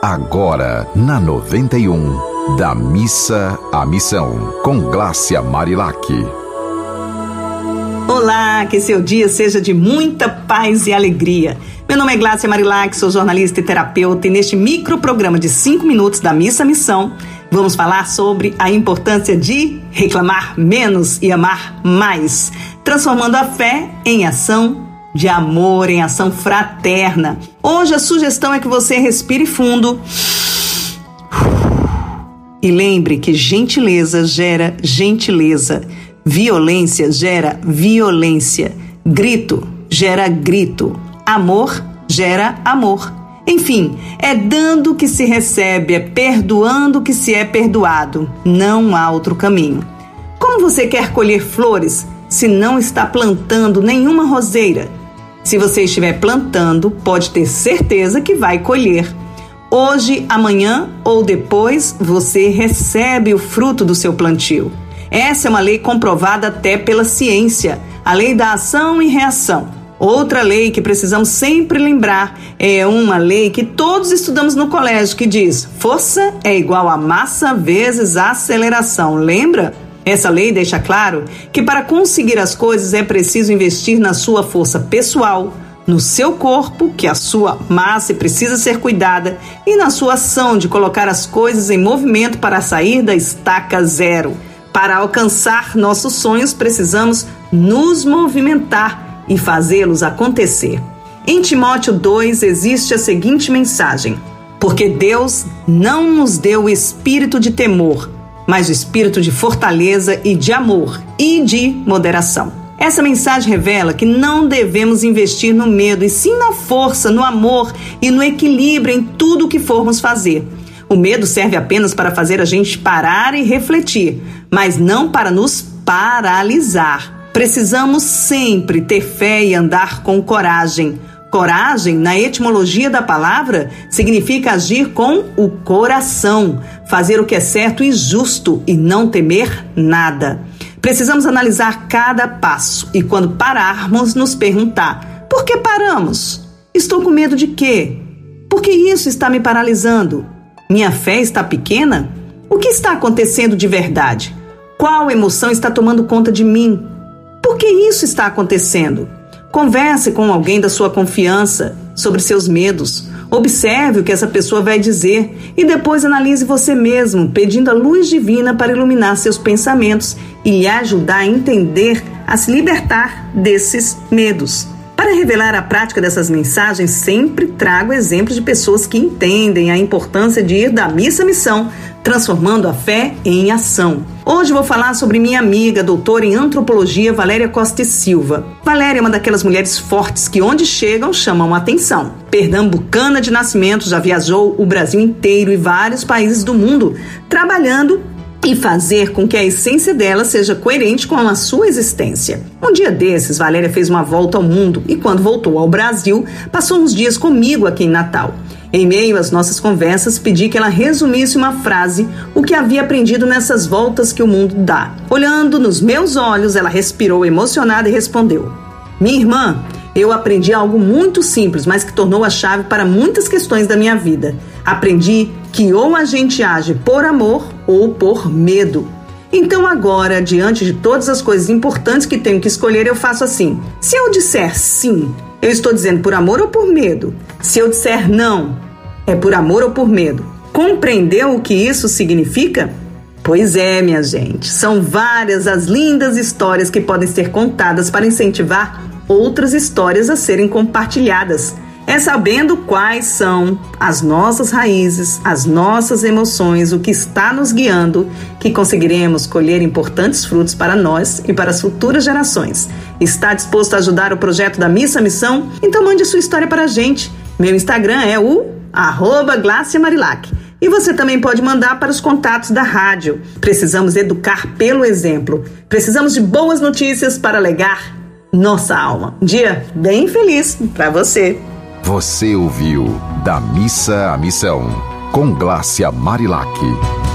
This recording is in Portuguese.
agora na 91, da Missa à Missão, com Glácia Marilac. Olá, que seu dia seja de muita paz e alegria. Meu nome é Glácia Marilac, sou jornalista e terapeuta, e neste microprograma de 5 minutos da Missa à Missão, vamos falar sobre a importância de reclamar menos e amar mais, transformando a fé em ação de amor, em ação fraterna. Hoje a sugestão é que você respire fundo e lembre que gentileza gera gentileza, violência gera violência, grito gera grito, amor gera amor. Enfim, é dando que se recebe, é perdoando que se é perdoado. Não há outro caminho. Como você quer colher flores se não está plantando nenhuma roseira? Se você estiver plantando, pode ter certeza que vai colher. Hoje, amanhã ou depois, você recebe o fruto do seu plantio. Essa é uma lei comprovada até pela ciência, a lei da ação e reação. Outra lei que precisamos sempre lembrar é uma lei que todos estudamos no colégio, que diz: força é igual a massa vezes aceleração. Lembra? Essa lei deixa claro que para conseguir as coisas é preciso investir na sua força pessoal, no seu corpo, que a sua massa precisa ser cuidada, e na sua ação de colocar as coisas em movimento para sair da estaca zero. Para alcançar nossos sonhos, precisamos nos movimentar e fazê-los acontecer. Em Timóteo 2 existe a seguinte mensagem: porque Deus não nos deu o espírito de temor, mas o espírito de fortaleza e de amor e de moderação. Essa mensagem revela que não devemos investir no medo, e sim na força, no amor e no equilíbrio em tudo o que formos fazer. O medo serve apenas para fazer a gente parar e refletir, mas não para nos paralisar. Precisamos sempre ter fé e andar com coragem. Coragem, na etimologia da palavra, significa agir com o coração, fazer o que é certo e justo e não temer nada. Precisamos analisar cada passo e, quando pararmos, nos perguntar: por que paramos? Estou com medo de quê? Por que isso está me paralisando? Minha fé está pequena? O que está acontecendo de verdade? Qual emoção está tomando conta de mim? Por que isso está acontecendo? Converse com alguém da sua confiança sobre seus medos. Observe o que essa pessoa vai dizer e depois analise você mesmo, pedindo a luz divina para iluminar seus pensamentos e lhe ajudar a entender, a se libertar desses medos. Para revelar a prática dessas mensagens, sempre trago exemplos de pessoas que entendem a importância de ir da missa à missão, transformando a fé em ação. Hoje vou falar sobre minha amiga, doutora em antropologia, Valéria Costa e Silva. Valéria é uma daquelas mulheres fortes que, onde chegam, chamam a atenção. Pernambucana de nascimento, já viajou o Brasil inteiro e vários países do mundo, trabalhando e fazer com que a essência dela seja coerente com a sua existência. Um dia desses, Valéria fez uma volta ao mundo e, quando voltou ao Brasil, passou uns dias comigo aqui em Natal. Em meio às nossas conversas, pedi que ela resumisse uma frase o que havia aprendido nessas voltas que o mundo dá. Olhando nos meus olhos, ela respirou emocionada e respondeu: minha irmã, eu aprendi algo muito simples, mas que tornou a chave para muitas questões da minha vida. Aprendi que ou a gente age por amor ou por medo. Então agora, diante de todas as coisas importantes que tenho que escolher, eu faço assim: se eu disser sim, eu estou dizendo por amor ou por medo? Se eu disser não, é por amor ou por medo? Compreendeu o que isso significa? Pois é, minha gente, são várias as lindas histórias que podem ser contadas para incentivar outras histórias a serem compartilhadas. É sabendo quais são as nossas raízes, as nossas emoções, o que está nos guiando, que conseguiremos colher importantes frutos para nós e para as futuras gerações. Está disposto a ajudar o projeto da Missa à Missão? Então mande sua história para a gente. Meu Instagram é o @GláciaMarilac. E você também pode mandar para os contatos da rádio. Precisamos educar pelo exemplo. Precisamos de boas notícias para alegar nossa alma. Um dia bem feliz para você. Você ouviu Da Missa à Missão, com Glácia Marilac.